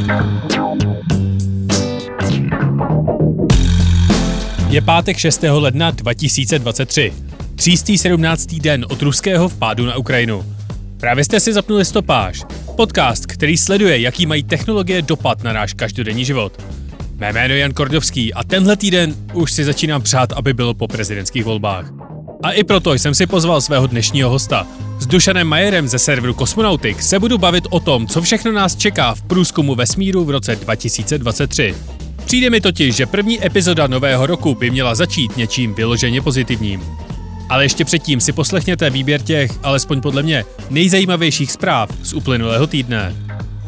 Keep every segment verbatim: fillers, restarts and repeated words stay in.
Je pátek šestého ledna dva tisíce dvacet tři. Třístý sedmnáctý den od ruského vpádu na Ukrajinu. Právě jste si zapnuli Stopáž, podcast, který sleduje, jaký mají technologie dopad na náš každodenní život. Mé jméno je Jan Kordovský a tenhle týden už si začínám přát, aby bylo po prezidentských volbách. A i proto jsem si pozval svého dnešního hosta. S Dušanem Majerem ze serveru Cosmonautics se budu bavit o tom, co všechno nás čeká v průzkumu vesmíru v roce dva tisíce dvacet tři. Přijde mi totiž, že první epizoda nového roku by měla začít něčím vyloženě pozitivním. Ale ještě předtím si poslechněte výběr těch, alespoň podle mě, nejzajímavějších zpráv z uplynulého týdne.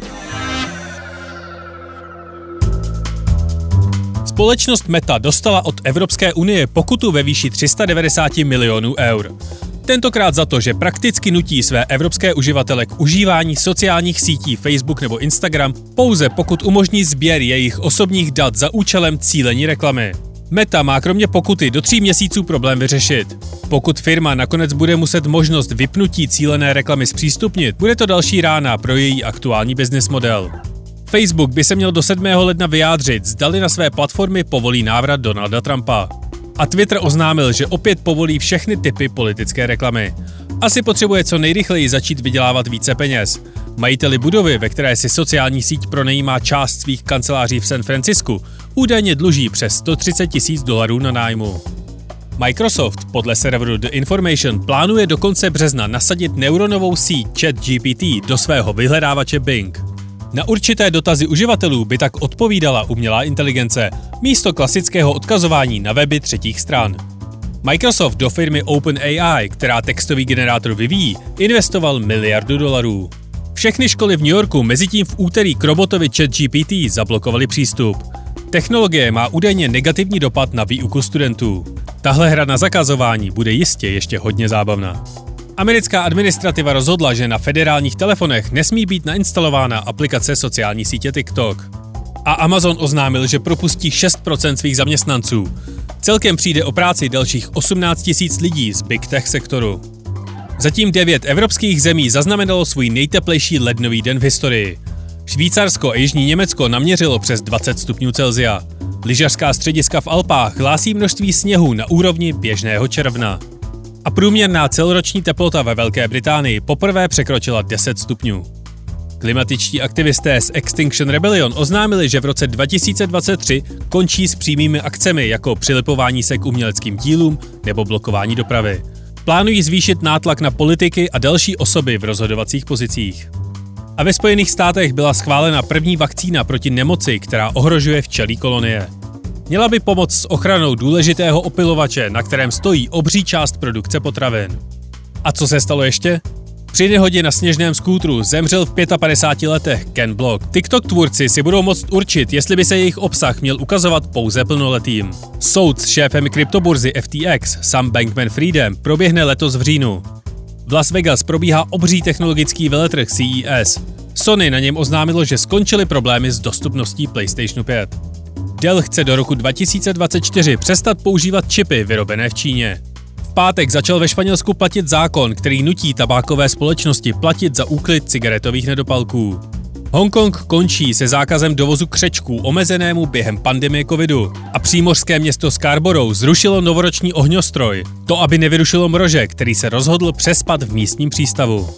Společnost Meta dostala od Evropské unie pokutu ve výši tři sta devadesát milionů eur. Tentokrát za to, že prakticky nutí své evropské uživatele k užívání sociálních sítí Facebook nebo Instagram, pouze pokud umožní sběr jejich osobních dat za účelem cílení reklamy. Meta má kromě pokuty do tří měsíců problém vyřešit. Pokud firma nakonec bude muset možnost vypnutí cílené reklamy zpřístupnit, bude to další rána pro její aktuální business model. Facebook by se měl do sedmého ledna vyjádřit, zdali na své platformy povolí návrat Donalda Trumpa. A Twitter oznámil, že opět povolí všechny typy politické reklamy. Asi potřebuje co nejrychleji začít vydělávat více peněz. Majiteli budovy, ve které si sociální síť pronajímá část svých kanceláří v San Francisku, údajně dluží přes sto třicet tisíc dolarů na nájmu. Microsoft podle serveru The Information plánuje do konce března nasadit neuronovou síť ChatGPT do svého vyhledávače Bing. Na určité dotazy uživatelů by tak odpovídala umělá inteligence, místo klasického odkazování na weby třetích stran. Microsoft do firmy OpenAI, která textový generátor vyvíjí, investoval miliardu dolarů. Všechny školy v New Yorku mezitím v úterý k robotovi ChatGPT zablokovali přístup. Technologie má údajně negativní dopad na výuku studentů. Tahle hra na zakazování bude jistě ještě hodně zábavná. Americká administrativa rozhodla, že na federálních telefonech nesmí být nainstalována aplikace sociální sítě TikTok. A Amazon oznámil, že propustí šest procent svých zaměstnanců. Celkem přijde o práci dalších osmnáct tisíc lidí z Big Tech sektoru. Zatím devět evropských zemí zaznamenalo svůj nejteplejší lednový den v historii. Švýcarsko a jižní Německo naměřilo přes dvacet stupňů Celsia. Lyžařská střediska v Alpách hlásí množství sněhu na úrovni běžného června. A průměrná celoroční teplota ve Velké Británii poprvé překročila deset stupňů. Klimatičtí aktivisté z Extinction Rebellion oznámili, že v roce dva tisíce dvacet tři končí s přímými akcemi jako přilepování se k uměleckým dílům nebo blokování dopravy. Plánují zvýšit nátlak na politiky a další osoby v rozhodovacích pozicích. A ve Spojených státech byla schválena první vakcína proti nemoci, která ohrožuje včelí kolonie. Měla by pomoct s ochranou důležitého opylovače, na kterém stojí obří část produkce potravin. A co se stalo ještě? Při nehodě na sněžném skútru zemřel v padesát pěti letech Ken Block. TikTok tvůrci si budou moct určit, jestli by se jejich obsah měl ukazovat pouze plnoletým. Soud s šéfem kryptoburzy F T X, Sam Bankman-Friedem, proběhne letos v říjnu. V Las Vegas probíhá obří technologický veletrh C E S. Sony na něm oznámilo, že skončily problémy s dostupností PlayStationu pět. Dell chce do roku dva tisíce dvacet čtyři přestat používat čipy vyrobené v Číně. V pátek začal ve Španělsku platit zákon, který nutí tabákové společnosti platit za úklid cigaretových nedopalků. Hongkong končí se zákazem dovozu křečků omezenému během pandemie covidu a přímořské město Scarborough zrušilo novoroční ohňostroj, to aby nevyrušilo mrože, který se rozhodl přespat v místním přístavu.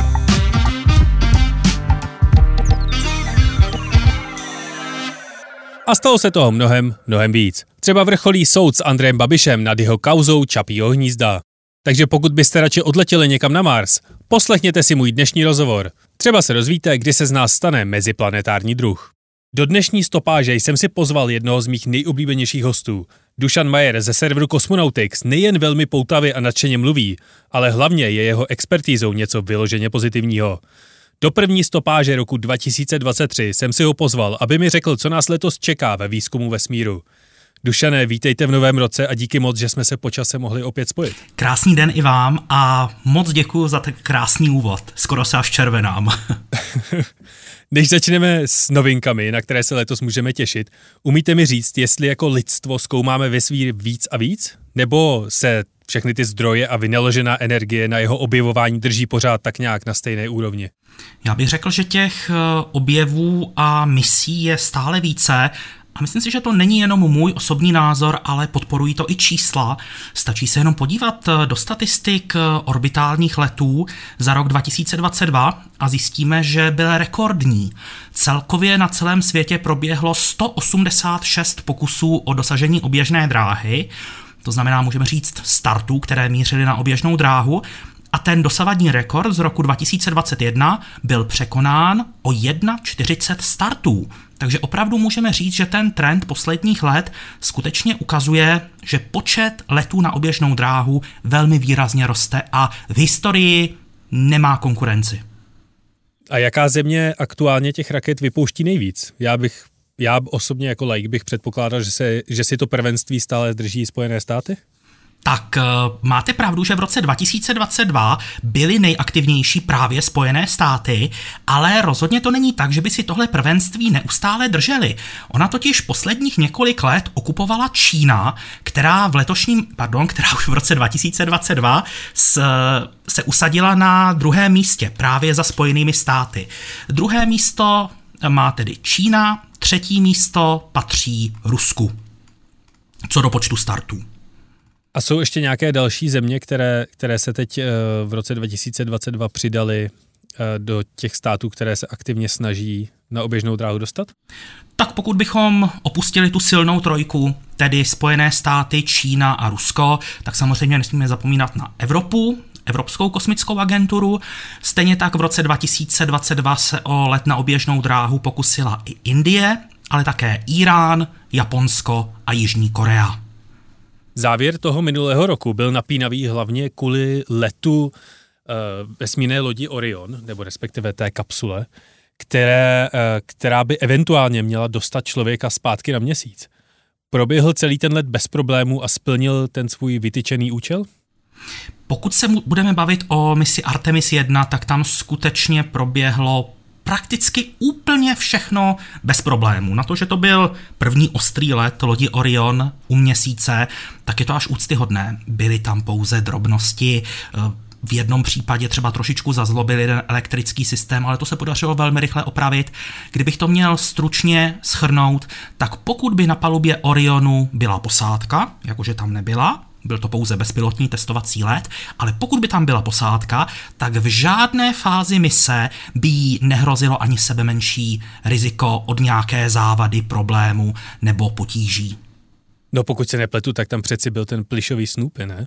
A stalo se toho mnohem, mnohem víc. Třeba vrcholí soud s Andrejem Babišem nad jeho kauzou Čapího hnízda. Takže pokud byste radši odletěli někam na Mars, poslechněte si můj dnešní rozhovor. Třeba se dozvíte, kdy se z nás stane meziplanetární druh. Do dnešní stopáže jsem si pozval jednoho z mých nejoblíbenějších hostů. Dušan Majer ze serveru Cosmonautics nejen velmi poutavě a nadšeně mluví, ale hlavně je jeho expertízou něco vyloženě pozitivního. Do první stopáže roku dva tisíce dvacet tři jsem si ho pozval, aby mi řekl, co nás letos čeká ve výzkumu vesmíru. Dušané, vítejte v novém roce a díky moc, že jsme se po čase mohli opět spojit. Krásný den i vám a moc děkuju za tak krásný úvod. Skoro se až červenám. Než začneme s novinkami, na které se letos můžeme těšit, umíte mi říct, jestli jako lidstvo zkoumáme vesmír víc a víc? Nebo se všechny ty zdroje a vynaložená energie na jeho objevování drží pořád tak nějak na stejné úrovni? Já bych řekl, že těch objevů a misí je stále více. A myslím si, že to není jenom můj osobní názor, ale podporují to i čísla. Stačí se jenom podívat do statistik orbitálních letů za rok dva tisíce dvacet dva a zjistíme, že byl rekordní. Celkově na celém světě proběhlo sto osmdesát šest pokusů o dosažení oběžné dráhy, to znamená, můžeme říct startů, které mířily na oběžnou dráhu, a ten dosavadní rekord z roku dva tisíce dvacet jedna byl překonán o čtyřicet jedna startů. Takže opravdu můžeme říct, že ten trend posledních let skutečně ukazuje, že počet letů na oběžnou dráhu velmi výrazně roste a v historii nemá konkurenci. A jaká země aktuálně těch raket vypouští nejvíc? Já bych, já osobně jako laik bych předpokládal, že, se, že si to prvenství stále drží Spojené státy? Tak máte pravdu, že v roce dva tisíce dvacet dva byly nejaktivnější právě Spojené státy, ale rozhodně to není tak, že by si tohle prvenství neustále drželi. Ona totiž posledních několik let okupovala Čína, která v letošním, pardon, která už v roce dva tisíce dvacet dva s, se usadila na druhém místě, právě za Spojenými státy. Druhé místo má tedy Čína, třetí místo patří Rusku, co do počtu startů. A jsou ještě nějaké další země, které, které se teď v roce dva tisíce dvacet dva přidaly do těch států, které se aktivně snaží na oběžnou dráhu dostat? Tak pokud bychom opustili tu silnou trojku, tedy Spojené státy, Čína a Rusko, tak samozřejmě nesmíme zapomínat na Evropu, Evropskou kosmickou agenturu. Stejně tak v roce dva tisíce dvacet dva se o let na oběžnou dráhu pokusila i Indie, ale také Irán, Japonsko a Jižní Korea. Závěr toho minulého roku byl napínavý hlavně kvůli letu e, vesmírné lodi Orion, nebo respektive té kapsule, které, e, která by eventuálně měla dostat člověka zpátky na Měsíc. Proběhl celý ten let bez problémů a splnil ten svůj vytyčený účel? Pokud se budeme bavit o misi Artemis jedna, tak tam skutečně proběhlo prakticky úplně všechno bez problémů. Na to, že to byl první ostrý let lodi Orion u Měsíce, tak je to až úctyhodné. Byly tam pouze drobnosti, v jednom případě třeba trošičku zazlobil jeden elektrický systém, ale to se podařilo velmi rychle opravit. Kdybych to měl stručně shrnout, tak pokud by na palubě Orionu byla posádka, jakože tam nebyla, byl to pouze bezpilotní testovací let, ale pokud by tam byla posádka, tak v žádné fázi mise by jí nehrozilo ani sebemenší riziko od nějaké závady, problému nebo potíží. No pokud se nepletu, tak tam přeci byl ten plyšový Snoopy, ne?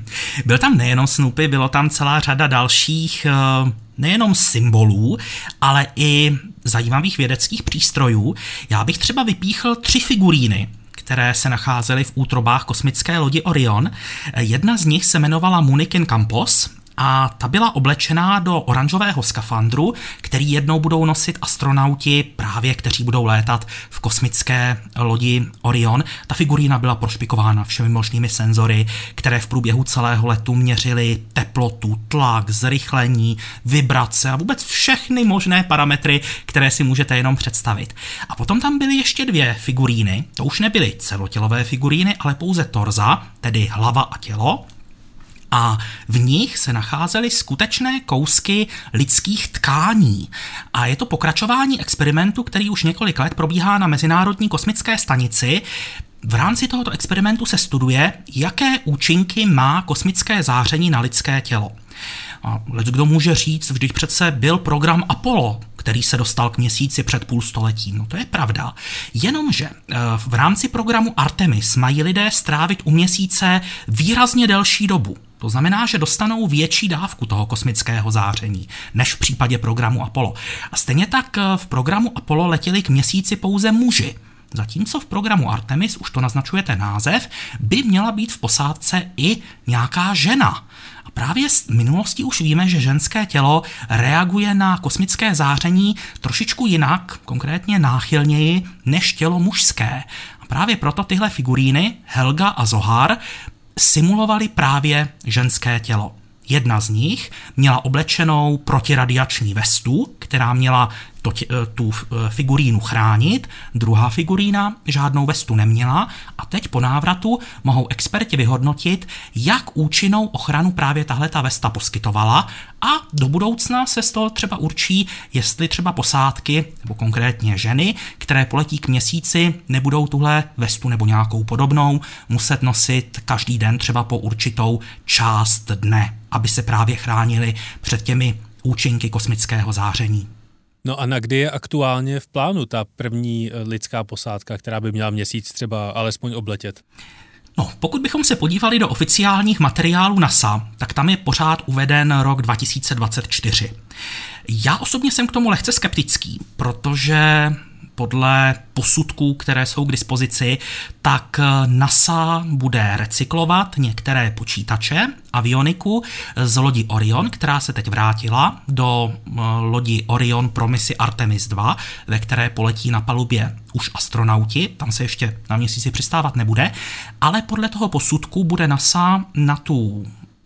Byl tam nejenom Snoopy, bylo tam celá řada dalších nejenom symbolů, ale i zajímavých vědeckých přístrojů. Já bych třeba vypíchl tři figuríny, které se nacházely v útrobách kosmické lodi Orion. Jedna z nich se jmenovala Munikin Campos a ta byla oblečená do oranžového skafandru, který jednou budou nosit astronauti, právě kteří budou létat v kosmické lodi Orion. Ta figurína byla prošpikována všemi možnými senzory, které v průběhu celého letu měřily teplotu, tlak, zrychlení, vibrace a vůbec všechny možné parametry, které si můžete jenom představit. A potom tam byly ještě dvě figuríny, to už nebyly celotělové figuríny, ale pouze torza, tedy hlava a tělo. A v nich se nacházely skutečné kousky lidských tkání. A je to pokračování experimentu, který už několik let probíhá na Mezinárodní kosmické stanici. V rámci tohoto experimentu se studuje, jaké účinky má kosmické záření na lidské tělo. A kdo může říct, vždyť přece byl program Apollo, který se dostal k Měsíci před půl stoletím. No to je pravda. Jenomže v rámci programu Artemis mají lidé strávit u Měsíce výrazně delší dobu. To znamená, že dostanou větší dávku toho kosmického záření, než v případě programu Apollo. A stejně tak v programu Apollo letěli k Měsíci pouze muži. Zatímco v programu Artemis, už to naznačuje ten název, by měla být v posádce i nějaká žena. A právě z minulosti už víme, že ženské tělo reaguje na kosmické záření trošičku jinak, konkrétně náchylněji, než tělo mužské. A právě proto tyhle figuríny, Helga a Zohar, simulovali právě ženské tělo. Jedna z nich měla oblečenou protiradiační vestu, která měla to, tu figurínu chránit, druhá figurína žádnou vestu neměla a teď po návratu mohou experti vyhodnotit, jak účinnou ochranu právě tahle ta vesta poskytovala a do budoucna se z toho třeba určí, jestli třeba posádky, nebo konkrétně ženy, které poletí k Měsíci, nebudou tuhle vestu nebo nějakou podobnou muset nosit každý den třeba po určitou část dne, aby se právě chránili před těmi účinky kosmického záření. No a na kdy je aktuálně v plánu ta první lidská posádka, která by měla Měsíc třeba alespoň obletět? No, pokud bychom se podívali do oficiálních materiálů NASA, tak tam je pořád uveden rok dva tisíce dvacet čtyři. Já osobně jsem k tomu lehce skeptický, protože podle posudků, které jsou k dispozici, tak NASA bude recyklovat některé počítače, avioniku z lodi Orion, která se teď vrátila do lodi Orion pro misi Artemis dva, ve které poletí na palubě už astronauti, tam se ještě na Měsíci přistávat nebude, ale podle toho posudku bude NASA na tu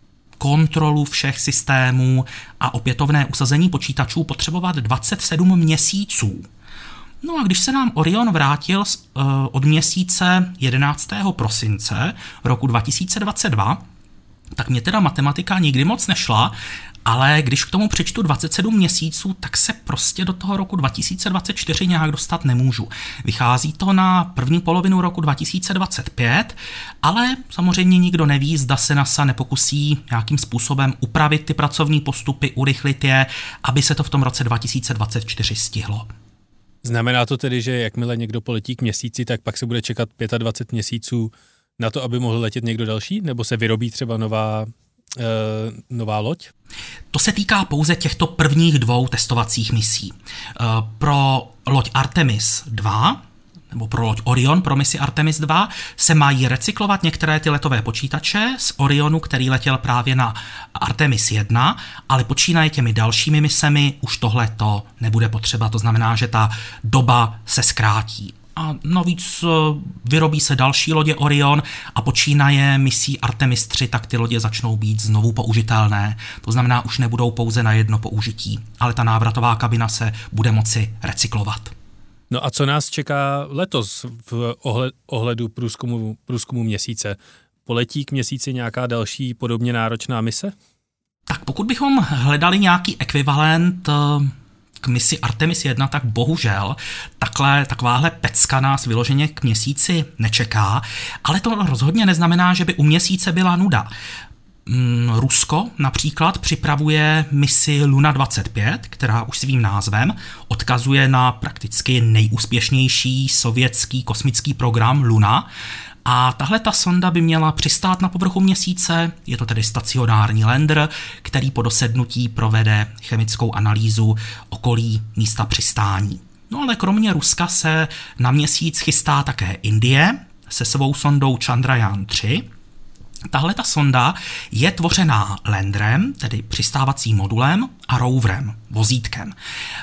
kontrolu všech systémů a opětovné usazení počítačů potřebovat dvacet sedm měsíců. No a když se nám Orion vrátil uh, od Měsíce jedenáctého prosince roku dva tisíce dvacet dva, tak mě teda matematika nikdy moc nešla, ale když k tomu přečtu dvacet sedm měsíců, tak se prostě do toho roku dva tisíce dvacet čtyři nějak dostat nemůžu. Vychází to na první polovinu roku dva tisíce dvacet pět, ale samozřejmě nikdo neví, zda se NASA nepokusí nějakým způsobem upravit ty pracovní postupy, urychlit je, aby se to v tom roce dva tisíce dvacet čtyři stihlo. Znamená to tedy, že jakmile někdo poletí k Měsíci, tak pak se bude čekat dvacet pět měsíců na to, aby mohl letět někdo další? Nebo se vyrobí třeba nová, e, nová loď? To se týká pouze těchto prvních dvou testovacích misí. E, pro loď Artemis dva, nebo pro loď Orion pro misi Artemis dva, se mají recyklovat některé ty letové počítače z Orionu, který letěl právě na Artemis jedna, ale počínaje těmi dalšími misemi už tohle to nebude potřeba, to znamená, že ta doba se zkrátí. A navíc vyrobí se další lodě Orion a počínaje misí Artemis tři, tak ty lodě začnou být znovu použitelné. To znamená, už nebudou pouze na jedno použití, ale ta návratová kabina se bude moci recyklovat. No a co nás čeká letos v ohledu průzkumu, průzkumu Měsíce? Poletí k Měsíci nějaká další podobně náročná mise? Tak pokud bychom hledali nějaký ekvivalent k misi Artemis jedna, tak bohužel takhle, takováhle pecka nás vyloženě k Měsíci nečeká, ale to rozhodně neznamená, že by u Měsíce byla nuda. Rusko například připravuje misi Luna dvacet pět, která už svým názvem odkazuje na prakticky nejúspěšnější sovětský kosmický program Luna. A tahle ta sonda by měla přistát na povrchu Měsíce, je to tedy stacionární lander, který po dosednutí provede chemickou analýzu okolí místa přistání. No ale kromě Ruska se na Měsíc chystá také Indie se svou sondou Chandrayaan tři. Tahle ta sonda je tvořená landerem, tedy přistávacím modulem, a roverem, vozítkem.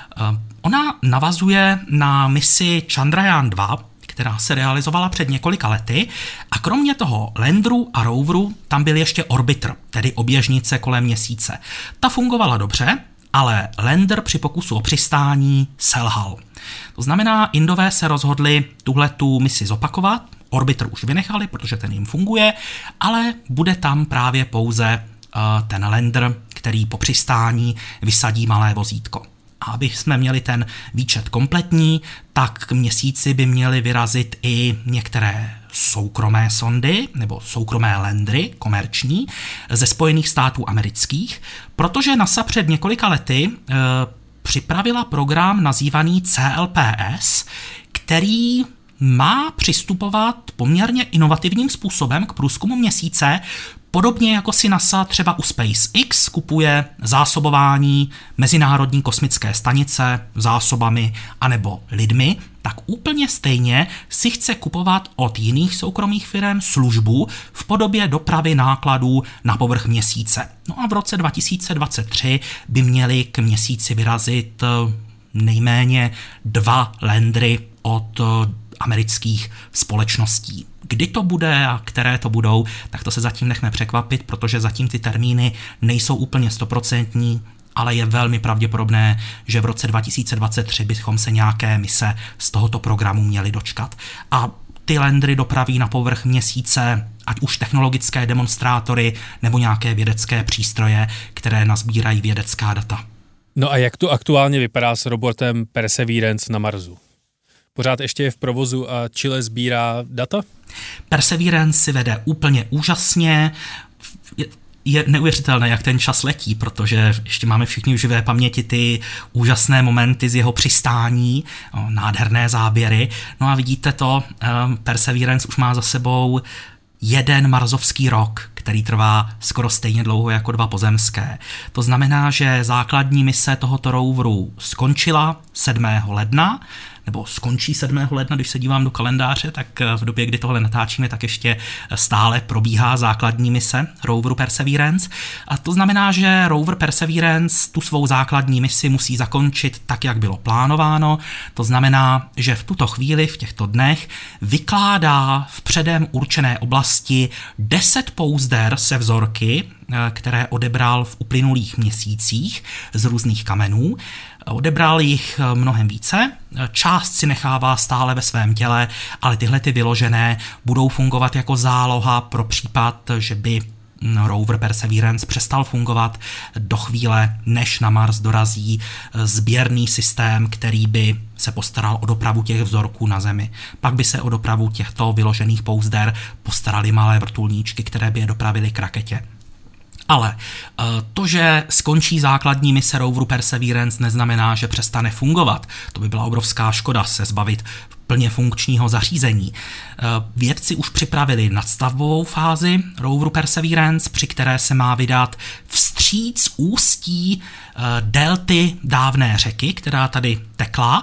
Ona navazuje na misi Chandrayaan dva, která se realizovala před několika lety, a kromě toho landeru a roveru tam byl ještě orbiter, tedy oběžnice kolem Měsíce. Ta fungovala dobře, ale lander při pokusu o přistání selhal. To znamená, Indové se rozhodli tuhletu misi zopakovat, orbiter už vynechali, protože ten jim funguje, ale bude tam právě pouze uh, ten lander, který po přistání vysadí malé vozítko. A aby jsme měli ten výčet kompletní, tak k Měsíci by měly vyrazit i některé soukromé sondy nebo soukromé landery, komerční, ze Spojených států amerických, protože NASA před několika lety uh, připravila program nazývaný C L P S, který má přistupovat poměrně inovativním způsobem k průzkumu Měsíce, podobně jako si NASA třeba u SpaceX kupuje zásobování Mezinárodní kosmické stanice zásobami anebo lidmi, tak úplně stejně si chce kupovat od jiných soukromých firm službu v podobě dopravy nákladů na povrch Měsíce. No a v roce dva tisíce dvacet tři by měly k Měsíci vyrazit nejméně dva landery od amerických společností. Kdy to bude a které to budou, tak to se zatím nechme překvapit, protože zatím ty termíny nejsou úplně stoprocentní, ale je velmi pravděpodobné, že v roce dva tisíce dvacet tři bychom se nějaké mise z tohoto programu měli dočkat. A ty landery dopraví na povrch Měsíce, ať už technologické demonstrátory nebo nějaké vědecké přístroje, které nazbírají vědecká data. No a jak to aktuálně vypadá s robotem Perseverance na Marsu? Pořád ještě je v provozu a Chile sbírá data? Perseverance si vede úplně úžasně. Je, je neuvěřitelné, jak ten čas letí, protože ještě máme všichni v živé paměti ty úžasné momenty z jeho přistání, nádherné záběry. No a vidíte to, Perseverance už má za sebou jeden marsovský rok, který trvá skoro stejně dlouho jako dva pozemské. To znamená, že základní mise tohoto roveru skončila sedmého ledna, nebo skončí sedmého ledna, když se dívám do kalendáře, tak v době, kdy tohle natáčíme, tak ještě stále probíhá základní mise roveru Perseverance. A to znamená, že rover Perseverance tu svou základní misi musí zakončit tak, jak bylo plánováno. To znamená, že v tuto chvíli, v těchto dnech, vykládá v předem určené oblasti deset pouzder se vzorky, které odebral v uplynulých měsících z různých kamenů. Odebral jich mnohem více, část si nechává stále ve svém těle, ale tyhle ty vyložené budou fungovat jako záloha pro případ, že by rover Perseverance přestal fungovat do chvíle, než na Mars dorazí sběrný systém, který by se postaral o dopravu těch vzorků na Zemi. Pak by se o dopravu těchto vyložených pouzder postarali malé vrtulníčky, které by je dopravily k raketě. Ale to, že skončí základní mise roveru Perseverance, neznamená, že přestane fungovat. To by byla obrovská škoda se zbavit plně funkčního zařízení. Vědci už připravili nadstavbovou fázi roveru Perseverance, při které se má vydat vstříc ústí delty dávné řeky, která tady tekla.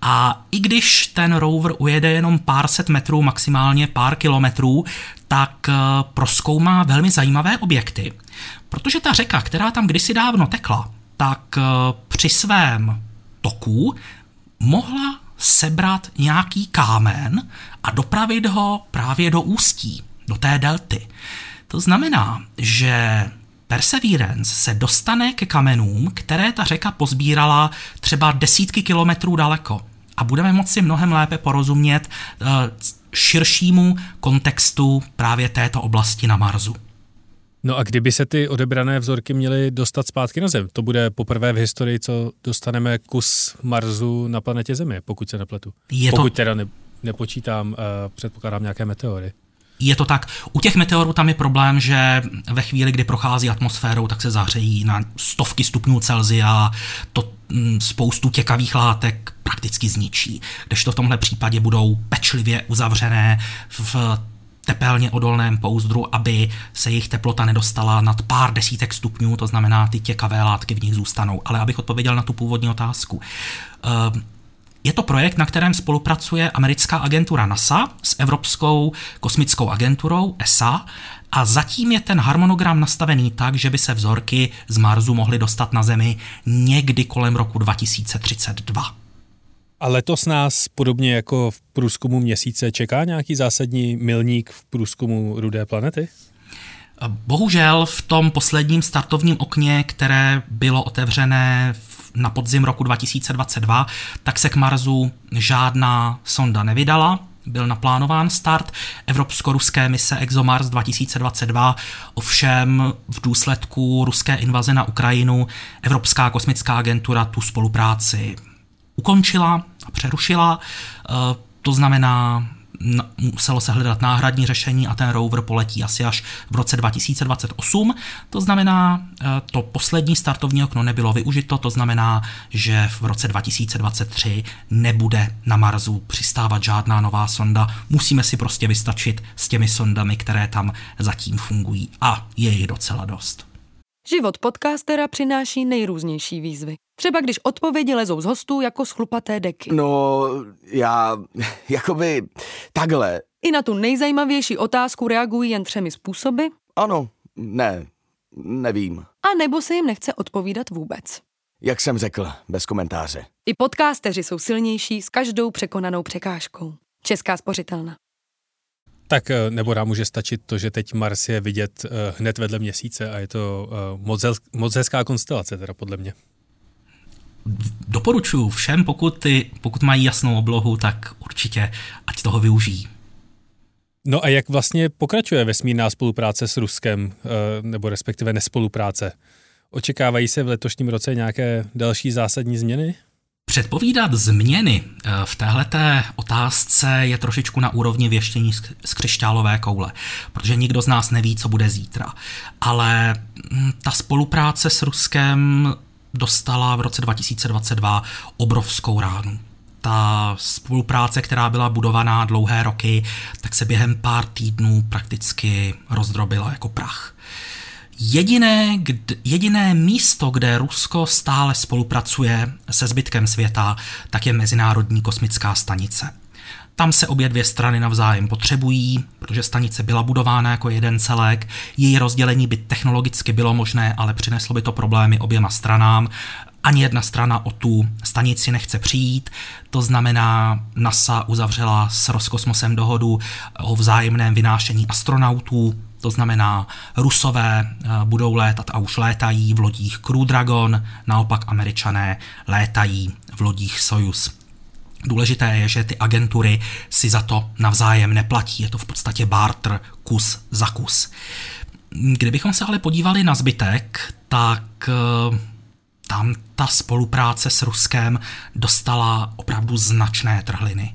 A i když ten rover ujede jenom pár set metrů, maximálně pár kilometrů, tak prozkoumá velmi zajímavé objekty. Protože ta řeka, která tam kdysi dávno tekla, tak při svém toku mohla sebrat nějaký kámen a dopravit ho právě do ústí, do té delty. To znamená, že Perseverance se dostane ke kamenům, které ta řeka pozbírala třeba desítky kilometrů daleko. A budeme moci mnohem lépe porozumět uh, širšímu kontextu právě této oblasti na Marsu. No a kdyby se ty odebrané vzorky měly dostat zpátky na Zem? To bude poprvé v historii, co dostaneme kus Marsu na planetě Země, pokud se nepletu. Je pokud to... teda ne, nepočítám, uh, předpokládám nějaké meteory. Je to tak. U těch meteorů tam je problém, že ve chvíli, kdy prochází atmosférou, tak se zahřejí na stovky stupňů Celsia, to m, spoustu těkavých látek prakticky zničí. Kdežto v tomhle případě budou pečlivě uzavřené v tepelně odolném pouzdru, aby se jejich teplota nedostala nad pár desítek stupňů, to znamená, ty těkavé látky v nich zůstanou. Ale abych odpověděl na tu původní otázku. Uh, Je to projekt, na kterém spolupracuje americká agentura NASA s Evropskou kosmickou agenturou E S A a zatím je ten harmonogram nastavený tak, že by se vzorky z Marsu mohly dostat na Zemi někdy kolem roku dva tisíce třicet dva. A letos nás podobně jako v průzkumu Měsíce čeká nějaký zásadní milník v průzkumu rudé planety? Bohužel v tom posledním startovním okně, které bylo otevřené na podzim roku dva tisíce dvacet dva, tak se k Marsu žádná sonda nevydala. Byl naplánován start evropsko-ruské mise ExoMars dva tisíce dvacet dva, ovšem v důsledku ruské invaze na Ukrajinu Evropská kosmická agentura tu spolupráci ukončila a přerušila. To znamená, muselo se hledat náhradní řešení a ten rover poletí asi až v roce dva tisíce dvacet osm. To znamená, to poslední startovní okno nebylo využito, to znamená, že v roce dva tisíce dvacet tři nebude na Marsu přistávat žádná nová sonda. Musíme si prostě vystačit s těmi sondami, které tam zatím fungují. A je jich docela dost. Život podcastera přináší nejrůznější výzvy. Třeba když odpovědi lezou z hostů jako z chlupaté deky. No, já, jakoby, takhle. I na tu nejzajímavější otázku reagují jen třemi způsoby. Ano, ne, nevím. A nebo se jim nechce odpovídat vůbec. Jak jsem řekl, bez komentáře. I podcasteři jsou silnější s každou překonanou překážkou. Česká spořitelna. Tak nebo nám může stačit to, že teď Mars je vidět hned vedle Měsíce a je to moc, moc hezká konstelace, teda podle mě. Doporučuji všem, pokud, ty, pokud mají jasnou oblohu, tak určitě ať toho využijí. No a jak vlastně pokračuje vesmírná spolupráce s Ruskem, nebo respektive nespolupráce? Očekávají se v letošním roce nějaké další zásadní změny? Předpovídat změny v téhleté otázce je trošičku na úrovni věštění z křišťálové koule, protože nikdo z nás neví, co bude zítra. Ale ta spolupráce s Ruskem dostala v roce dva tisíce dvacet dva obrovskou ránu. Ta spolupráce, která byla budovaná dlouhé roky, tak se během pár týdnů prakticky rozdrobila jako prach. Jediné, kde, jediné místo, kde Rusko stále spolupracuje se zbytkem světa, tak je Mezinárodní kosmická stanice. Tam se obě dvě strany navzájem potřebují, protože stanice byla budována jako jeden celek, její rozdělení by technologicky bylo možné, ale přineslo by to problémy oběma stranám. Ani jedna strana o tu stanici nechce přijít, to znamená NASA uzavřela s Roskosmosem dohodu o vzájemném vynášení astronautů, to znamená Rusové budou létat a už létají v lodích Crew Dragon, naopak Američané létají v lodích Soyuz. Důležité je, že ty agentury si za to navzájem neplatí, je to v podstatě barter kus za kus. Kdybychom se ale podívali na zbytek, tak tam ta spolupráce s Ruskem dostala opravdu značné trhliny.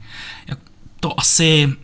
To asi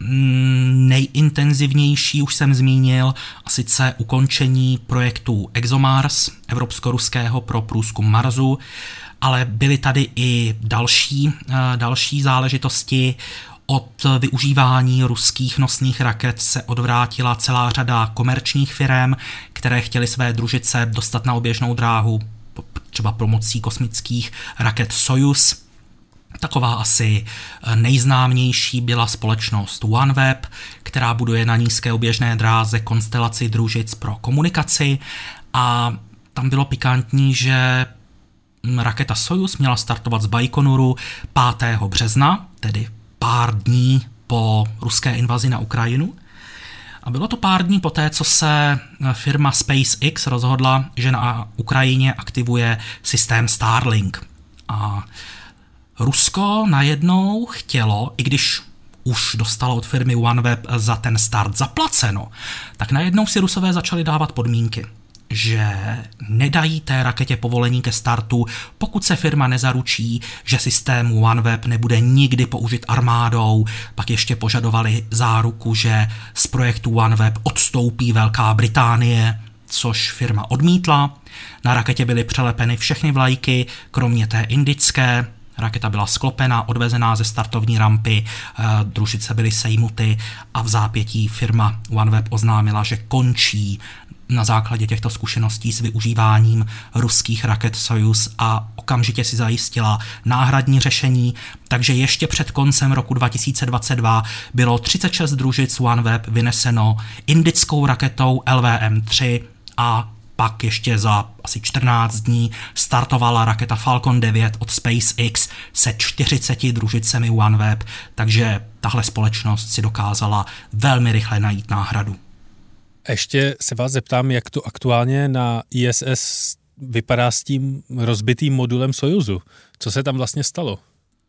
nejintenzivnější už jsem zmínil, a sice ukončení projektu ExoMars, evropsko-ruského pro průzkum Marsu, ale byly tady i další, další záležitosti. Od využívání ruských nosných raket se odvrátila celá řada komerčních firem, které chtěly své družice dostat na oběžnou dráhu, třeba pomocí kosmických raket Soyuz. Taková asi nejznámější byla společnost OneWeb, která buduje na nízké oběžné dráze konstelaci družic pro komunikaci, a tam bylo pikantní, že raketa Soyuz měla startovat z Bajkonuru pátého března, tedy pár dní po ruské invazi na Ukrajinu. A bylo to pár dní poté, co se firma SpaceX rozhodla, že na Ukrajině aktivuje systém Starlink. A Rusko najednou chtělo, i když už dostalo od firmy OneWeb za ten start zaplaceno, tak najednou si Rusové začali dávat podmínky, že nedají té raketě povolení ke startu, pokud se firma nezaručí, že systém OneWeb nebude nikdy použit armádou. Pak ještě požadovali záruku, že z projektu OneWeb odstoupí Velká Británie, což firma odmítla. Na raketě byly přelepeny všechny vlajky, kromě té indické. Raketa byla sklopena, odvezená ze startovní rampy, družice byly sejmuty a v zápětí firma OneWeb oznámila, že končí na základě těchto zkušeností s využíváním ruských raket Soyuz a okamžitě si zajistila náhradní řešení, takže ještě před koncem roku dva tisíce dvacet dva bylo třicet šest družic OneWeb vyneseno indickou raketou L V M tři a pak ještě za asi čtrnáct dní startovala raketa Falcon devět od SpaceX se čtyřiceti družicemi OneWeb, takže tahle společnost si dokázala velmi rychle najít náhradu. Ještě se vás zeptám, jak to aktuálně na I S S vypadá s tím rozbitým modulem Sojuzu. Co se tam vlastně stalo?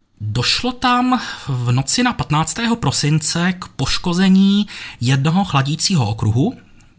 Došlo tam v noci na patnáctého prosince k poškození jednoho chladícího okruhu.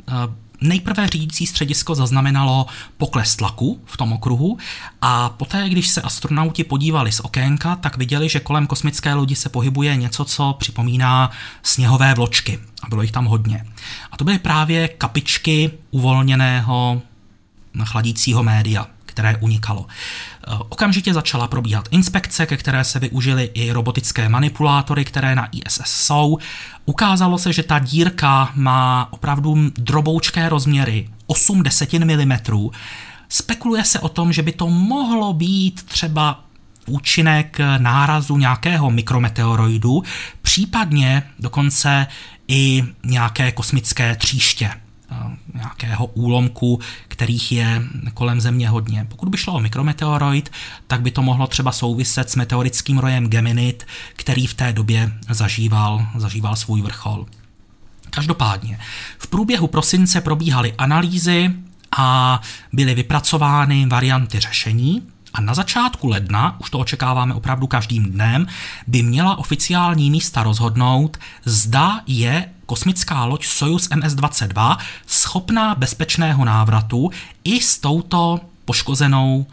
Nejprve řídící středisko zaznamenalo pokles tlaku v tom okruhu a poté, když se astronauti podívali z okénka, tak viděli, že kolem kosmické lodi se pohybuje něco, co připomíná sněhové vločky. A bylo jich tam hodně. A to byly právě kapičky uvolněného chladícího média, které unikalo. Okamžitě začala probíhat inspekce, ke které se využily i robotické manipulátory, které na I S S jsou. Ukázalo se, že ta dírka má opravdu droboučké rozměry, osm desetin milimetrů. Spekuluje se o tom, že by to mohlo být třeba účinek nárazu nějakého mikrometeoroidu, případně dokonce i nějaké kosmické tříště, nějakého úlomku, kterých je kolem Země hodně. Pokud by šlo o mikrometeoroid, tak by to mohlo třeba souviset s meteorickým rojem Geminid, který v té době zažíval, zažíval svůj vrchol. Každopádně, v průběhu prosince probíhaly analýzy a byly vypracovány varianty řešení a na začátku ledna, už to očekáváme opravdu každým dnem, by měla oficiální místa rozhodnout, zda je kosmická loď Sojuz em es dvacet dva schopná bezpečného návratu i s touto poškozenou,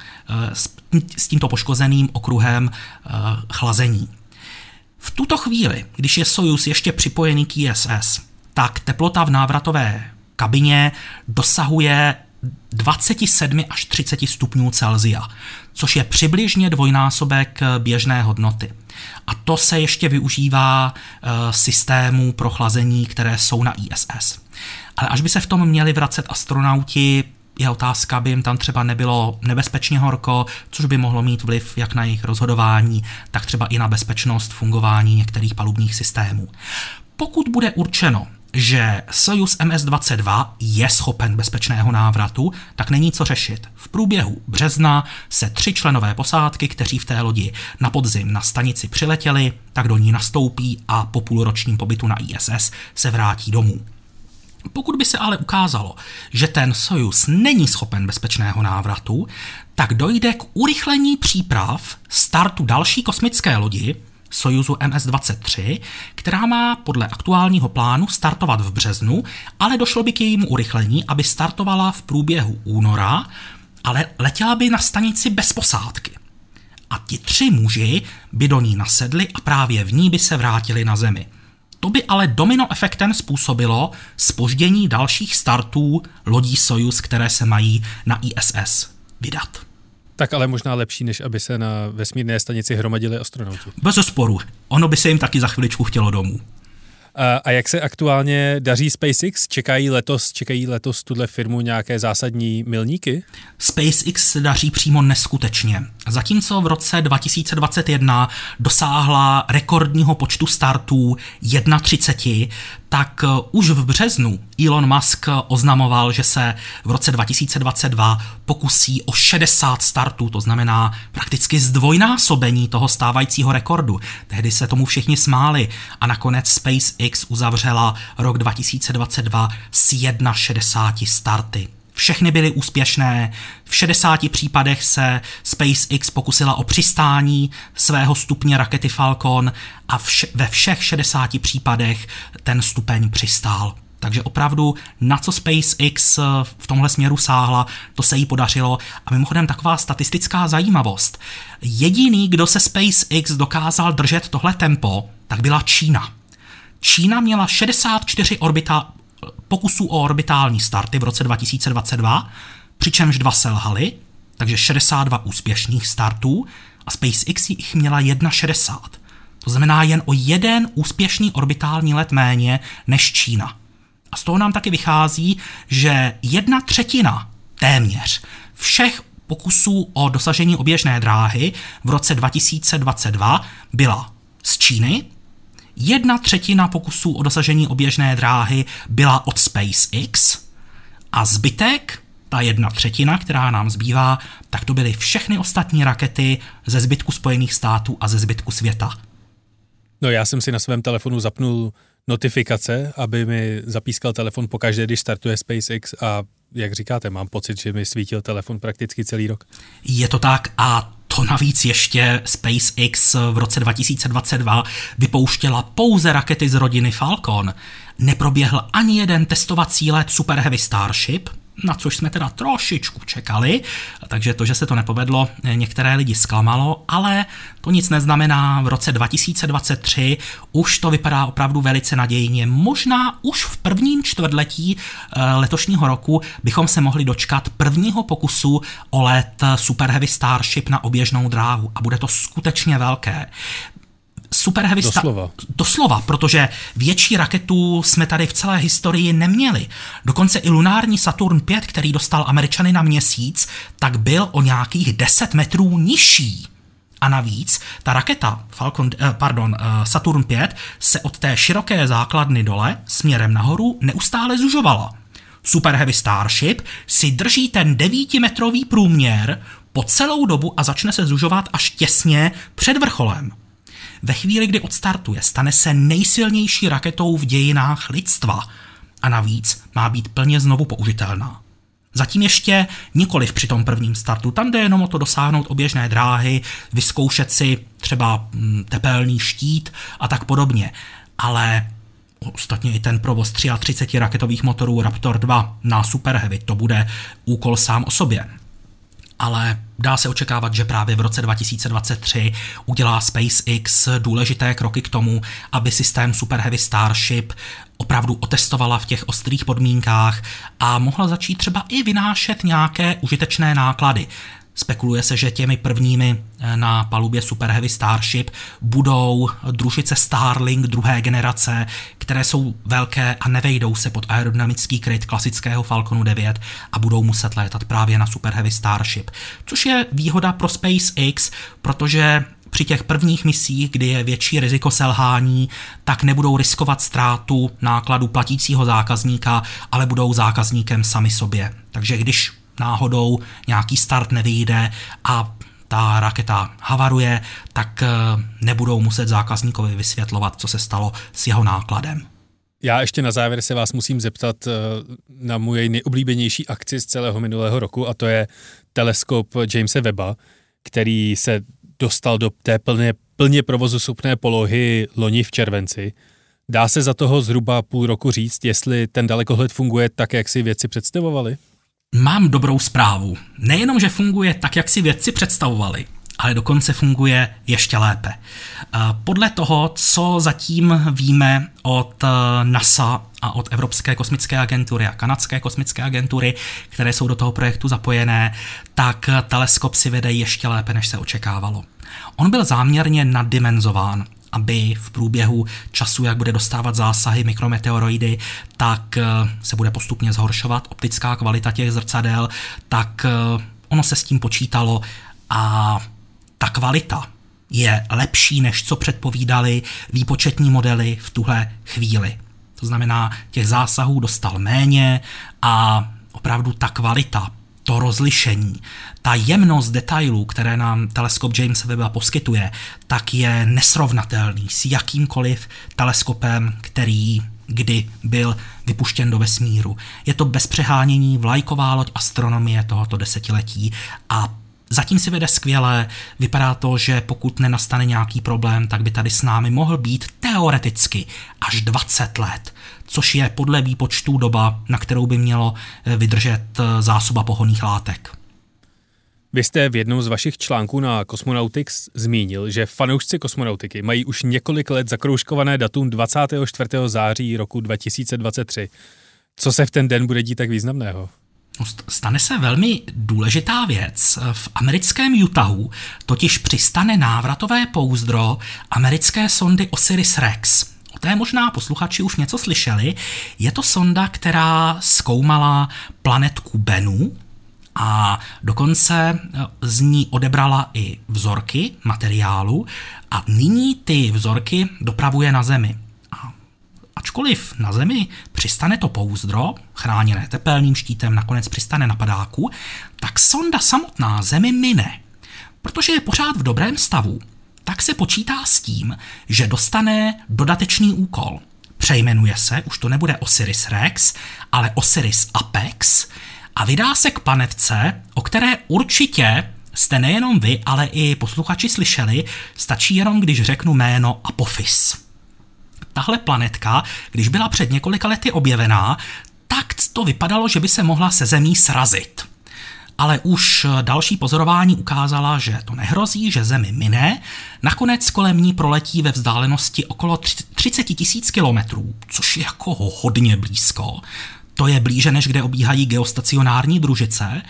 s tímto poškozeným okruhem chlazení. V tuto chvíli, když je Sojuz ještě připojený k í es es, tak teplota v návratové kabině dosahuje dvacet sedm až třicet stupňů Celsia, což je přibližně dvojnásobek běžné hodnoty. A to se ještě využívá e, systémů pro chlazení, které jsou na í es es. Ale až by se v tom měli vracet astronauti, je otázka, aby jim tam třeba nebylo nebezpečně horko, což by mohlo mít vliv jak na jejich rozhodování, tak třeba i na bezpečnost fungování některých palubních systémů. Pokud bude určeno, že Sojuz em es dvacet dva je schopen bezpečného návratu, tak není co řešit. V průběhu března se tři členové posádky, kteří v té lodi na podzim na stanici přiletěli, tak do ní nastoupí a po půlročním pobytu na í es es se vrátí domů. Pokud by se ale ukázalo, že ten Sojuz není schopen bezpečného návratu, tak dojde k urychlení příprav startu další kosmické lodi, Sojuzu em es dvacet tři, která má podle aktuálního plánu startovat v březnu, ale došlo by k jejímu urychlení, aby startovala v průběhu února, ale letěla by na stanici bez posádky. A ti tři muži by do ní nasedli a právě v ní by se vrátili na Zemi. To by ale domino efektem způsobilo zpoždění dalších startů lodí Sojuz, které se mají na í es es vydat. Tak ale možná lepší, než aby se na vesmírné stanici hromadili astronauti. Bez sporu. Ono by se jim taky za chviličku chtělo domů. A, a jak se aktuálně daří SpaceX? Čekají letos, čekají letos tuhle firmu nějaké zásadní milníky? SpaceX se daří přímo neskutečně. Zatímco v roce dva tisíce dvacet jedna dosáhla rekordního počtu startů třicet jedna, tak už v březnu Elon Musk oznamoval, že se v roce dva tisíce dvacet dva pokusí o šedesát startů, to znamená prakticky zdvojnásobení toho stávajícího rekordu. Tehdy se tomu všichni smáli a nakonec SpaceX uzavřela rok dva tisíce dvacet dva s šedesáti jedna starty. Všechny byly úspěšné, v šedesáti případech se SpaceX pokusila o přistání svého stupně rakety Falcon a vše, ve všech šedesáti případech ten stupeň přistál. Takže opravdu na co SpaceX v tomhle směru sáhla, to se jí podařilo. A mimochodem taková statistická zajímavost. Jediný, kdo se SpaceX dokázal držet tohle tempo, tak byla Čína. Čína měla šedesát čtyři orbita, pokusů o orbitální starty v roce dva tisíce dvacet dva, přičemž dva selhaly, takže šedesát dva úspěšných startů a SpaceX jich měla šedesát jedna. To znamená jen o jeden úspěšný orbitální let méně než Čína. A z toho nám taky vychází, že jedna třetina téměř všech pokusů o dosažení oběžné dráhy v roce dva tisíce dvacet dva byla z Číny, jedna třetina pokusů o dosažení oběžné dráhy byla od SpaceX a zbytek, ta jedna třetina, která nám zbývá, tak to byly všechny ostatní rakety ze zbytku Spojených států a ze zbytku světa. No já jsem si na svém telefonu zapnul notifikace, aby mi zapískal telefon pokaždé, když startuje SpaceX a jak říkáte, mám pocit, že mi svítil telefon prakticky celý rok. Je to tak a to navíc ještě SpaceX v roce dva tisíce dvacet dva vypouštěla pouze rakety z rodiny Falcon. Neproběhl ani jeden testovací let Super Heavy Starship, na což jsme teda trošičku čekali, takže to, že se to nepovedlo, některé lidi zklamalo, ale to nic neznamená, v roce dva tisíce dvacet tři už to vypadá opravdu velice nadějně. Možná už v prvním čtvrtletí letošního roku bychom se mohli dočkat prvního pokusu o let Super Heavy Starship na oběžnou dráhu a bude to skutečně velké. Super Heavy Doslova. Sta- Doslova, protože větší raketu jsme tady v celé historii neměli. Dokonce i lunární Saturn pět, který dostal Američany na měsíc, tak byl o nějakých deset metrů nižší. A navíc ta raketa Falcon, pardon, Saturn pět se od té široké základny dole směrem nahoru neustále zužovala. Super Heavy Starship si drží ten devítimetrový průměr po celou dobu a začne se zužovat až těsně před vrcholem. ve chvíli, kdy odstartuje, stane se nejsilnější raketou v dějinách lidstva a navíc má být plně znovu použitelná. Zatím ještě nikoliv při tom prvním startu, tam jde jenom o to dosáhnout oběžné dráhy, vyzkoušet si třeba tepelný štít a tak podobně, ale ostatně i ten provoz třicet tři raketových motorů Raptor dva na Super Heavy, to bude úkol sám o sobě. Ale dá se očekávat, že právě v roce dva tisíce dvacet tři udělá SpaceX důležité kroky k tomu, aby systém Super Heavy Starship opravdu otestovala v těch ostrých podmínkách a mohla začít třeba i vynášet nějaké užitečné náklady. Spekuluje se, že těmi prvními na palubě Super Heavy Starship budou družice Starlink druhé generace, které jsou velké a nevejdou se pod aerodynamický kryt klasického Falconu devět a budou muset létat právě na Super Heavy Starship. Což je výhoda pro SpaceX, protože při těch prvních misích, kdy je větší riziko selhání, tak nebudou riskovat ztrátu nákladu platícího zákazníka, ale budou zákazníkem sami sobě. Takže když náhodou nějaký start nevyjde a ta raketa havaruje, tak nebudou muset zákazníkovi vysvětlovat, co se stalo s jeho nákladem. Já ještě na závěr se vás musím zeptat na moje nejoblíbenější akci z celého minulého roku, a to je teleskop Jamese Webba, který se dostal do té plně, plně provozuschopné polohy loni v červenci. Dá se za toho zhruba půl roku říct, jestli ten dalekohled funguje tak, jak si vědci představovali? Mám dobrou zprávu. Nejenom, že funguje tak, jak si vědci představovali, ale dokonce funguje ještě lépe. Podle toho, co zatím víme od NASA a od Evropské kosmické agentury a Kanadské kosmické agentury, které jsou do toho projektu zapojené, tak teleskop si vede ještě lépe, než se očekávalo. On byl záměrně naddimenzován, aby v průběhu času, jak bude dostávat zásahy mikrometeoroidy, tak se bude postupně zhoršovat optická kvalita těch zrcadel, tak ono se s tím počítalo a ta kvalita je lepší, než co předpovídali výpočetní modely v tuhle chvíli. To znamená, těch zásahů dostal méně a opravdu ta kvalita, to rozlišení, ta jemnost detailů, které nám teleskop Jamese Webba poskytuje, tak je nesrovnatelný s jakýmkoliv teleskopem, který kdy byl vypuštěn do vesmíru. Je to bez přehánění vlajková loď astronomie tohoto desetiletí a zatím si vede skvěle, vypadá to, že pokud nenastane nějaký problém, tak by tady s námi mohl být teoreticky až dvacet let, což je podle výpočtů doba, na kterou by mělo vydržet zásoba pohonných látek. Vy jste v jednom z vašich článků na Cosmonautics zmínil, že fanoušci kosmonautiky mají už několik let zakroužkované datum dvacátého čtvrtého září roku dva tisíce dvacet tři. Co se v ten den bude dít tak významného? Stane se velmi důležitá věc. V americkém Utahu totiž přistane návratové pouzdro americké sondy Osiris-Rex. O té možná posluchači už něco slyšeli. Je to sonda, která zkoumala planetku Bennu a dokonce z ní odebrala i vzorky materiálu a nyní ty vzorky dopravuje na Zemi. Ačkoliv na Zemi přistane to pouzdro, chráněné tepelným štítem, nakonec přistane na padáku, tak sonda samotná Zemi mine. Protože je pořád v dobrém stavu, tak se počítá s tím, že dostane dodatečný úkol. Přejmenuje se, už to nebude Osiris-Rex, ale Osiris-Apex a vydá se k planetce, o které určitě jste nejenom vy, ale i posluchači slyšeli, stačí jenom, když řeknu jméno Apophis. Tahle planetka, když byla před několika lety objevená, tak to vypadalo, že by se mohla se Zemí srazit. Ale už další pozorování ukázala, že to nehrozí, že Zemi mine, nakonec kolem ní proletí ve vzdálenosti okolo třicet tisíc kilometrů, což je jako hodně blízko. To je blíže, než kde obíhají geostacionární družice,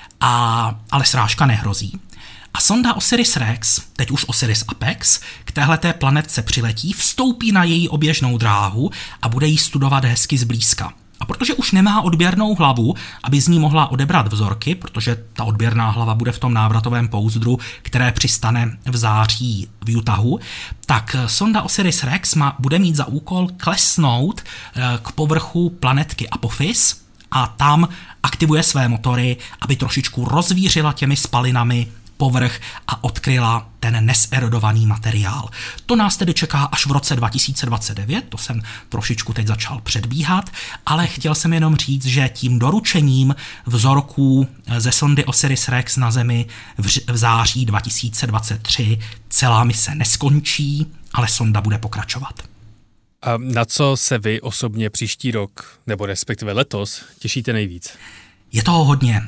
a, ale srážka nehrozí. A sonda Osiris-Rex, teď už Osiris-Apex, k téhleté planetce přiletí, vstoupí na její oběžnou dráhu a bude ji studovat hezky zblízka. A protože už nemá odběrnou hlavu, aby z ní mohla odebrat vzorky, protože ta odběrná hlava bude v tom návratovém pouzdru, které přistane v září v Utahu, tak sonda Osiris-Rex má, bude mít za úkol klesnout k povrchu planetky Apophis a tam aktivuje své motory, aby trošičku rozvířila těmi spalinami povrch a odkryla ten neserodovaný materiál. To nás tedy čeká až v roce dva tisíce dvacet devět, to jsem trošičku teď začal předbíhat, ale chtěl jsem jenom říct, že tím doručením vzorků ze sondy Osiris-Rex na Zemi v září dva tisíce dvacet tři celá mise neskončí, ale sonda bude pokračovat. A na co se vy osobně příští rok, nebo respektive letos, těšíte nejvíc? Je toho hodně.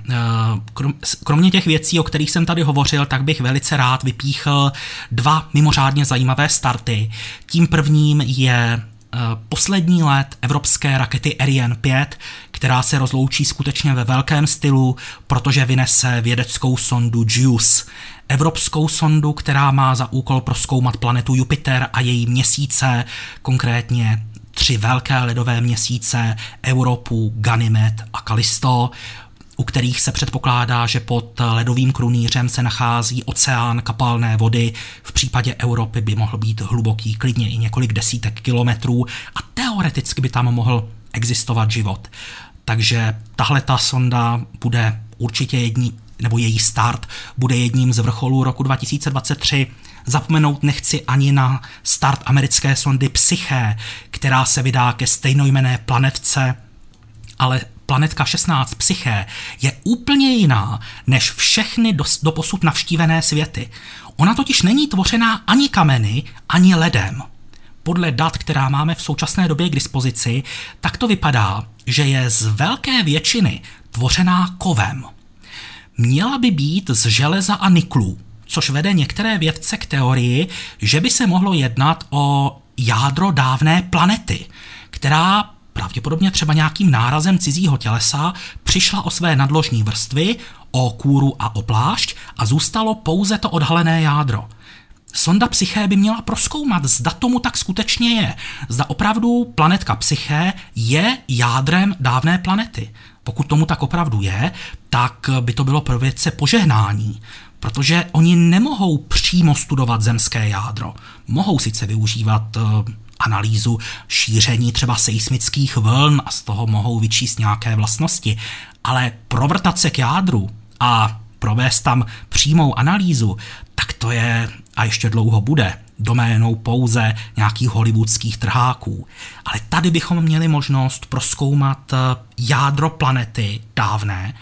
Kromě těch věcí, o kterých jsem tady hovořil, tak bych velice rád vypíchl dva mimořádně zajímavé starty. Tím prvním je poslední let evropské rakety Ariane pět, která se rozloučí skutečně ve velkém stylu, protože vynese vědeckou sondu JUICE. Evropskou sondu, která má za úkol prozkoumat planetu Jupiter a její měsíce, konkrétně tři velké ledové měsíce, Europu, Ganymed a Callisto, u kterých se předpokládá, že pod ledovým krunýřem se nachází oceán kapalné vody. V případě Europy by mohl být hluboký klidně i několik desítek kilometrů a teoreticky by tam mohl existovat život. Takže tahle ta sonda bude určitě jedním, nebo její start bude jedním z vrcholů roku dva tisíce dvacet tři. Zapomenout nechci ani na start americké sondy Psyche, která se vydá ke stejnojmenné planetce, ale planetka šestnáct Psyche je úplně jiná než všechny doposud navštívené světy. Ona totiž není tvořená ani kameny, ani ledem. Podle dat, která máme v současné době k dispozici, tak to vypadá, že je z velké většiny tvořená kovem. Měla by být z železa a niklu, což vede některé vědce k teorii, že by se mohlo jednat o jádro dávné planety, která pravděpodobně třeba nějakým nárazem cizího tělesa přišla o své nadložní vrstvy, o kůru a o plášť a zůstalo pouze to odhalené jádro. Sonda Psyche by měla prozkoumat, zda tomu tak skutečně je. Zda opravdu planetka Psyche je jádrem dávné planety. Pokud tomu tak opravdu je, tak by to bylo pro vědce požehnání, protože oni nemohou přímo studovat zemské jádro. Mohou sice využívat uh, analýzu šíření třeba seismických vln a z toho mohou vyčíst nějaké vlastnosti, ale provrtat se k jádru a provést tam přímou analýzu, tak to je, a ještě dlouho bude, doménou pouze nějakých hollywoodských trháků. Ale tady bychom měli možnost prozkoumat jádro planety dávné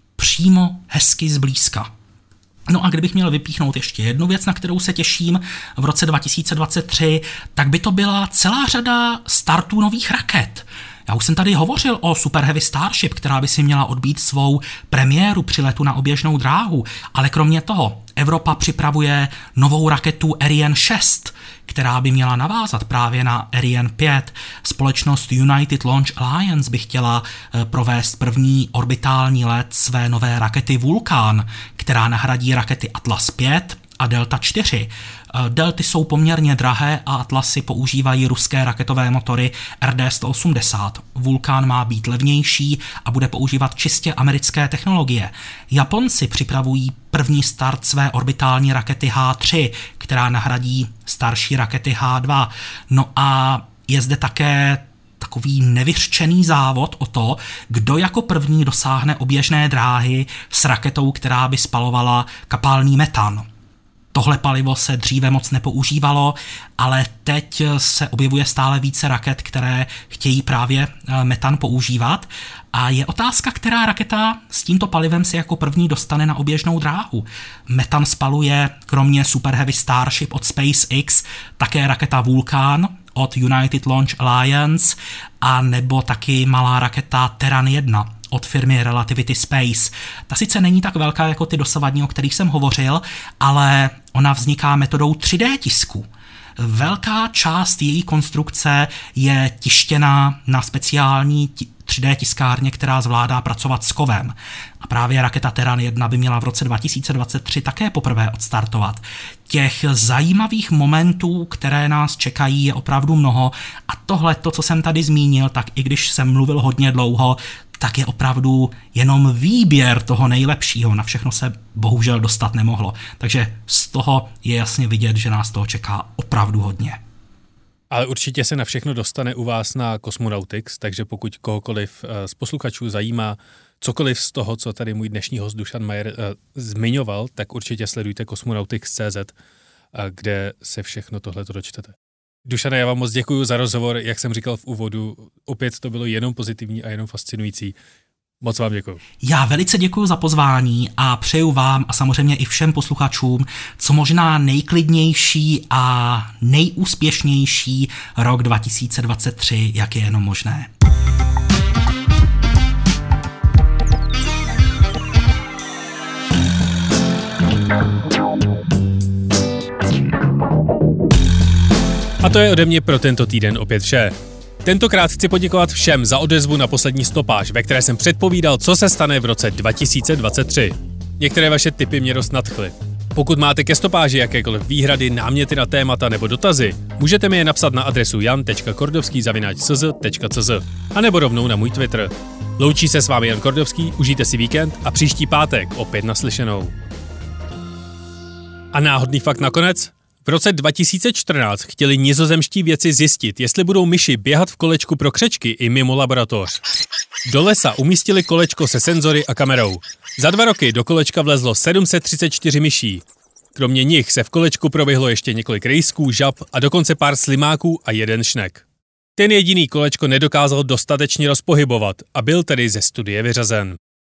přímo hezky zblízka. No a kdybych měl vypíchnout ještě jednu věc, na kterou se těším v roce dva tisíce dvacet tři, tak by to byla celá řada startů nových raket. Já už jsem tady hovořil o Super Heavy Starship, která by si měla odbít svou premiéru při letu na oběžnou dráhu, ale kromě toho Evropa připravuje novou raketu Ariane šest, která by měla navázat právě na Ariane pět. Společnost United Launch Alliance by chtěla provést první orbitální let své nové rakety Vulcan, která nahradí rakety Atlas pět a Delta čtyři. Delty jsou poměrně drahé a Atlasy používají ruské raketové motory R D sto osmdesát. Vulcan má být levnější a bude používat čistě americké technologie. Japonci připravují první start své orbitální rakety H tři, která nahradí starší rakety H dva. No a je zde také takový nevyřčený závod o to, kdo jako první dosáhne oběžné dráhy s raketou, která by spalovala kapalný metan. Tohle palivo se dříve moc nepoužívalo, ale teď se objevuje stále více raket, které chtějí právě metan používat. A je otázka, která raketa s tímto palivem se jako první dostane na oběžnou dráhu. Metan spaluje kromě Super Heavy Starship od SpaceX také raketa Vulcan od United Launch Alliance a nebo taky malá raketa Terran jedna od firmy Relativity Space. Ta sice není tak velká jako ty dosavadní, o kterých jsem hovořil, ale ona vzniká metodou tři dé tisku. Velká část její konstrukce je tištěna na speciální tři dé tiskárně, která zvládá pracovat s kovem. A právě raketa Terran jedna by měla v roce dva tisíce dvacet tři také poprvé odstartovat. Těch zajímavých momentů, které nás čekají, je opravdu mnoho a tohle, to, co jsem tady zmínil, tak i když jsem mluvil hodně dlouho, tak je opravdu jenom výběr toho nejlepšího. Na všechno se bohužel dostat nemohlo. Takže z toho je jasně vidět, že nás toho čeká opravdu hodně. Ale určitě se na všechno dostane u vás na Cosmonautics, takže pokud kohokoliv z posluchačů zajímá cokoliv z toho, co tady můj dnešní host Dušan Majer uh, zmiňoval, tak určitě sledujte Cosmonautics tečka cé zet, uh, kde se všechno tohleto dočtete. Dušane, já vám moc děkuji za rozhovor, jak jsem říkal v úvodu, opět to bylo jenom pozitivní a jenom fascinující. Moc vám děkuji. Já velice děkuji za pozvání a přeju vám a samozřejmě i všem posluchačům co možná nejklidnější a nejúspěšnější rok dva tisíce dvacet tři, jak je jenom možné. A to je ode mě pro tento týden opět vše. Tentokrát chci poděkovat všem za odezvu na poslední stopáž, ve které jsem předpovídal, co se stane v roce dva tisíce dvacet tři. Některé vaše tipy mě dost nadchly. Pokud máte ke stopáži jakékoliv výhrady, náměty na témata nebo dotazy, můžete mi je napsat na adresu jan tečka kordovský zavináč c z tečka c z a nebo rovnou na můj Twitter. Loučí se s vámi Jan Kordovský, užijte si víkend a příští pátek opět naslyšenou. A náhodný fakt nakonec? V roce dva tisíce čtrnáct chtěli nizozemští vědci zjistit, jestli budou myši běhat v kolečku pro křečky i mimo laboratoř. Do lesa umístili kolečko se senzory a kamerou. Za dva roky do kolečka vlezlo sedm set třicet čtyři myší. Kromě nich se v kolečku proběhlo ještě několik rejsků, žab a dokonce pár slimáků a jeden šnek. Ten jediný kolečko nedokázal dostatečně rozpohybovat a byl tedy ze studie vyřazen.